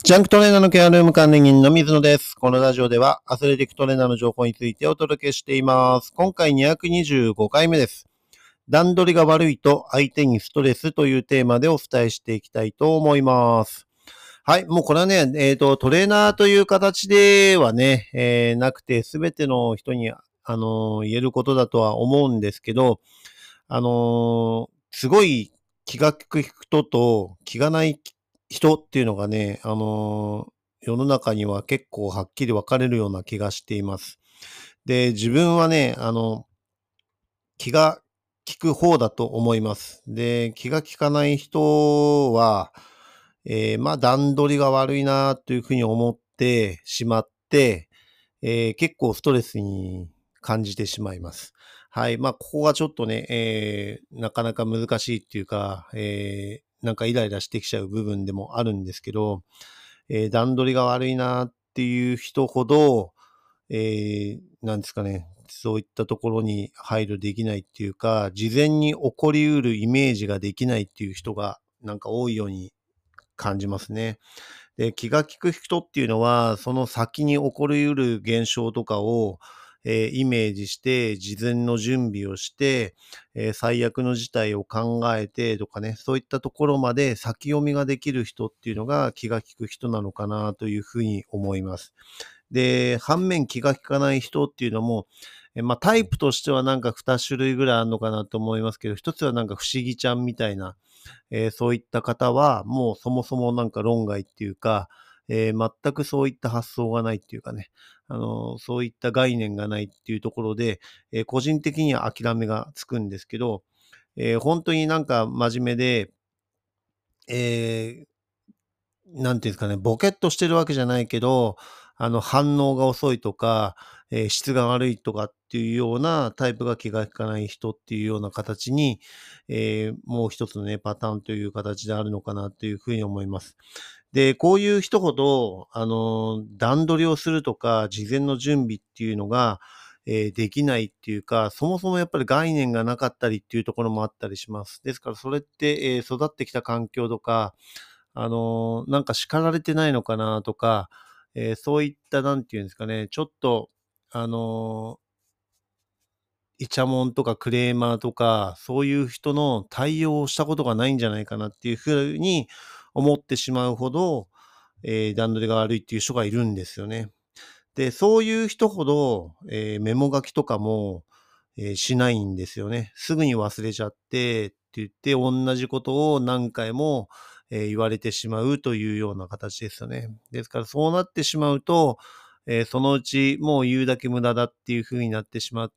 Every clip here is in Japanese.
ジャンクトレーナーのケアルーム管理人の水野です。このラジオではアスレティックトレーナーの情報についてお届けしています。今回225回目です。段取りが悪いと相手にストレスというテーマでお伝えしていきたいと思います。はい。もうこれはね、トレーナーという形ではね、なくてすべての人に、言えることだとは思うんですけど、すごい気が利く人と気がない人っていうのがね、世の中には結構はっきり分かれるような気がしています。で、自分はね、気が利く方だと思います。で、気が利かない人は、段取りが悪いなというふうに思ってしまって、結構ストレスに感じてしまいます。はい。ここがちょっとね、なかなか難しいっていうか、なんかイライラしてきちゃう部分でもあるんですけど、段取りが悪いなっていう人ほど、なんですかね、そういったところに配慮できないっていうか、事前に起こりうるイメージができないっていう人がなんか多いように感じますね。で、気が利く人っていうのは、その先に起こりうる現象とかを、イメージして、事前の準備をして、最悪の事態を考えてとかね、そういったところまで先読みができる人っていうのが気が利く人なのかなというふうに思います。で、反面気が利かない人っていうのも、タイプとしてはなんか2種類ぐらいあるのかなと思いますけど、一つはなんか不思議ちゃんみたいな、そういった方は、もうそもそもなんか論外っていうか、全くそういった発想がないっていうかね、そういった概念がないっていうところで、個人的には諦めがつくんですけど、本当になんか真面目で、えなんていうんですかね、ボケっとしてるわけじゃないけど、反応が遅いとか、質が悪いとかっていうようなタイプが気が利かない人っていうような形に、もう一つのね、パターンという形であるのかなというふうに思います。で、こういう人ほど、段取りをするとか、事前の準備っていうのが、できないっていうか、そもそもやっぱり概念がなかったりっていうところもあったりします。ですからそれって、育ってきた環境とか、なんか叱られてないのかなとか、そういったなんていうんですかね、ちょっと、あの、イチャモンとかクレーマーとか、そういう人の対応をしたことがないんじゃないかなっていうふうに思ってしまうほど、段取りが悪いっていう人がいるんですよね。で、そういう人ほど、メモ書きとかも、しないんですよね。すぐに忘れちゃってって言って、同じことを何回も、言われてしまうというような形ですよね。ですからそうなってしまうと、そのうちもう言うだけ無駄だっていう風になってしまって、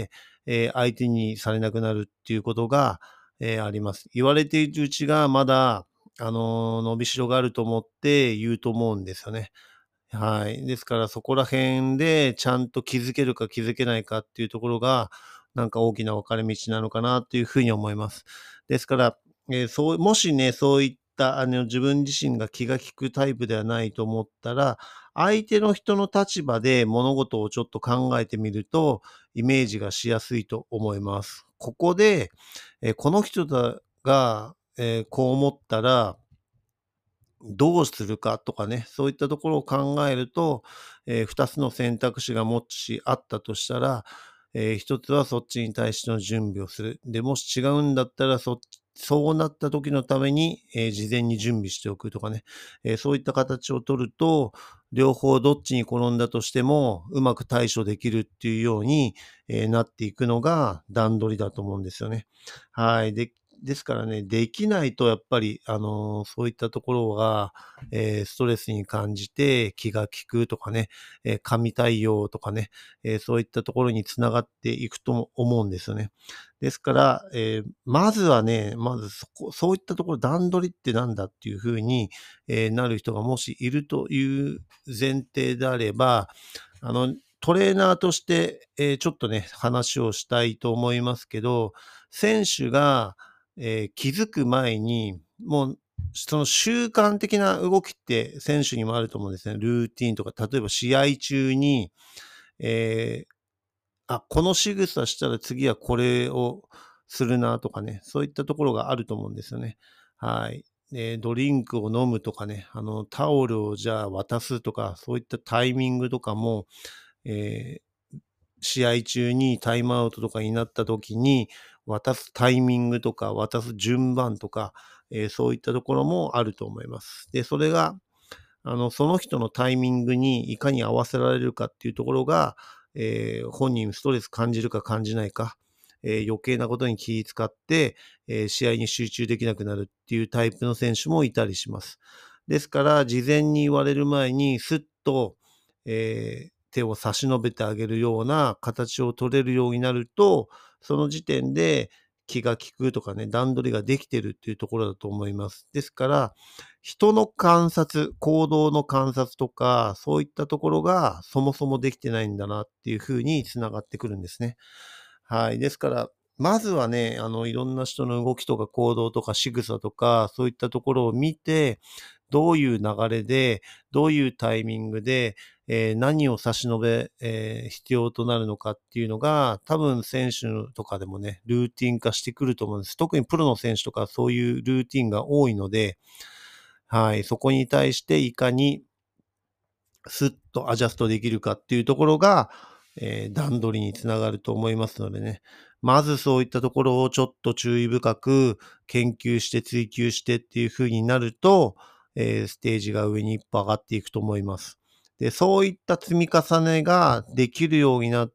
相手にされなくなるっていうことが、あります。言われているうちがまだ、伸びしろがあると思って言うと思うんですよね。はい。ですからそこら辺でちゃんと気づけるか気づけないかっていうところが、なんか大きな分かれ道なのかなっていうふうに思います。ですから、もしね、そういった自分自身が気が利くタイプではないと思ったら、相手の人の立場で物事をちょっと考えてみると、イメージがしやすいと思います。ここで、この人が、こう思ったら、どうするかとかね、そういったところを考えると、2つの選択肢がもしあったとしたら、1つはそっちに対しての準備をする。で、もし違うんだったら、そうなった時のために、事前に準備しておくとかね、そういった形を取ると、両方どっちに転んだとしても、うまく対処できるっていうように、なっていくのが段取りだと思うんですよね。はい。ですからね、できないとやっぱり、そういったところが、ストレスに感じて気が利くとかね、神対応とかね、そういったところにつながっていくと思うんですよね。ですから、まずはね、まずそういったところ、段取りってなんだっていうふうに、なる人がもしいるという前提であれば、トレーナーとして、ちょっとね、話をしたいと思いますけど、選手が、気づく前に、もう、その習慣的な動きって選手にもあると思うんですね。ルーティンとか、例えば試合中に、えこの仕草したら次はこれをするなとかね、そういったところがあると思うんですよね。はい。 ドリンクを飲むとかね、タオルをじゃあ渡すとか、そういったタイミングとかも、えー試合中にタイムアウトとかになった時に、渡すタイミングとか、渡す順番とか、そういったところもあると思います。で、それがその人のタイミングにいかに合わせられるかっていうところが、本人ストレス感じるか感じないか、余計なことに気使って、試合に集中できなくなるっていうタイプの選手もいたりします。ですから、事前に言われる前にスッと、手を差し伸べてあげるような形を取れるようになると、その時点で気が利くとかね、段取りができてるっていうところだと思います。ですから、人の観察、行動の観察とか、そういったところがそもそもできてないんだなっていう風に繋がってくるんですね。はい。ですから、まずはね、いろんな人の動きとか行動とか仕草とか、そういったところを見て、どういう流れで、どういうタイミングで、何を差し伸べ、必要となるのかっていうのが、多分選手とかでもね、ルーティン化してくると思うんです。特にプロの選手とかそういうルーティンが多いので、はい、そこに対していかにスッとアジャストできるかっていうところが、段取りにつながると思いますのでね。まずそういったところをちょっと注意深く研究して追求してっていう風になると、ステージが上に一歩上がっていくと思います。で、そういった積み重ねができるようになって、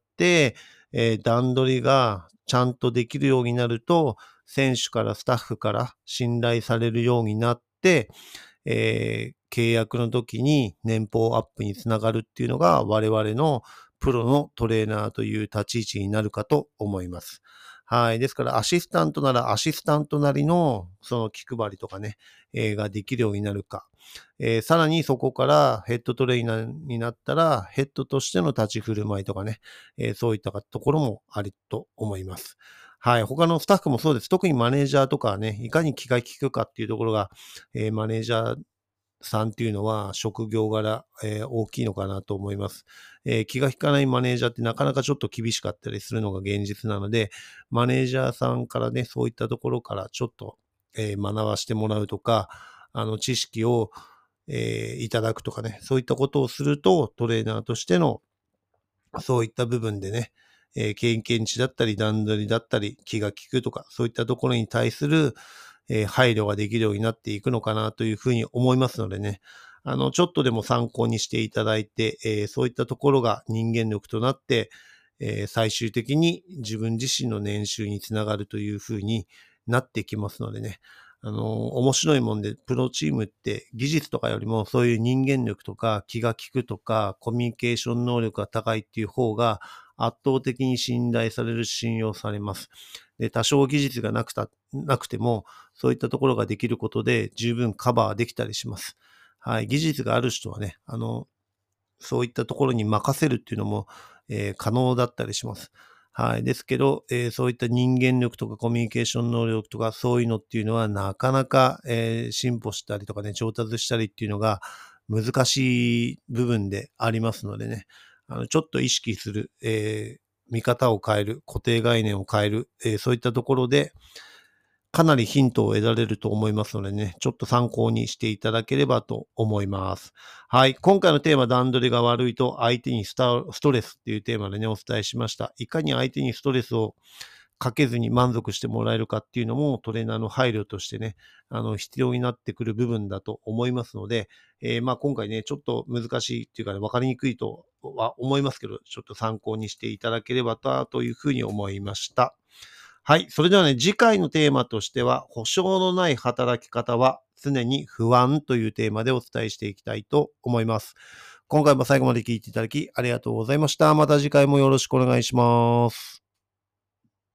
段取りがちゃんとできるようになると、選手からスタッフから信頼されるようになって、契約の時に年俸アップにつながるっていうのが我々のプロのトレーナーという立ち位置になるかと思います。はい。ですからアシスタントならアシスタントなりのその気配りとかね、ができるようになるか。さらにそこからヘッドトレーナーになったらヘッドとしての立ち振る舞いとかね、そういったところもありと思います。はい。他のスタッフもそうです。特にマネージャーとかね、いかに気が利くかっていうところが、マネージャーさんっていうのは職業柄、大きいのかなと思います。気が利かないマネージャーってなかなかちょっと厳しかったりするのが現実なので、マネージャーさんからね、そういったところからちょっと、学ばしてもらうとか、知識を、いただくとかね、そういったことをすると、トレーナーとしてのそういった部分でね、経験値だったり段取りだったり気が利くとか、そういったところに対する、配慮ができるようになっていくのかなというふうに思いますのでね、ちょっとでも参考にしていただいて、そういったところが人間力となって、最終的に自分自身の年収につながるというふうになってきますのでね、面白いもんで、プロチームって技術とかよりもそういう人間力とか気が利くとかコミュニケーション能力が高いっていう方が圧倒的に信頼される、信用されます。で、多少技術がなくても、そういったところができることで十分カバーできたりします。はい。技術がある人はね、そういったところに任せるっていうのも、可能だったりします。はい。ですけど、そういった人間力とかコミュニケーション能力とかそういうのっていうのはなかなか、進歩したりとかね、上達したりっていうのが難しい部分でありますのでね、ちょっと意識する、見方を変える、固定概念を変える、そういったところで、かなりヒントを得られると思いますのでね、ちょっと参考にしていただければと思います。はい。今回のテーマ、段取りが悪いと相手にストレスっていうテーマでね、お伝えしました。いかに相手にストレスをかけずに満足してもらえるかっていうのもトレーナーの配慮としてね、必要になってくる部分だと思いますので、今回ね、ちょっと難しいっていうかね、わかりにくいとは思いますけど、ちょっと参考にしていただければというふうに思いました。はい。それではね、次回のテーマとしては、保証のない働き方は常に不安というテーマでお伝えしていきたいと思います。今回も最後まで聞いていただきありがとうございました。また次回もよろしくお願いします。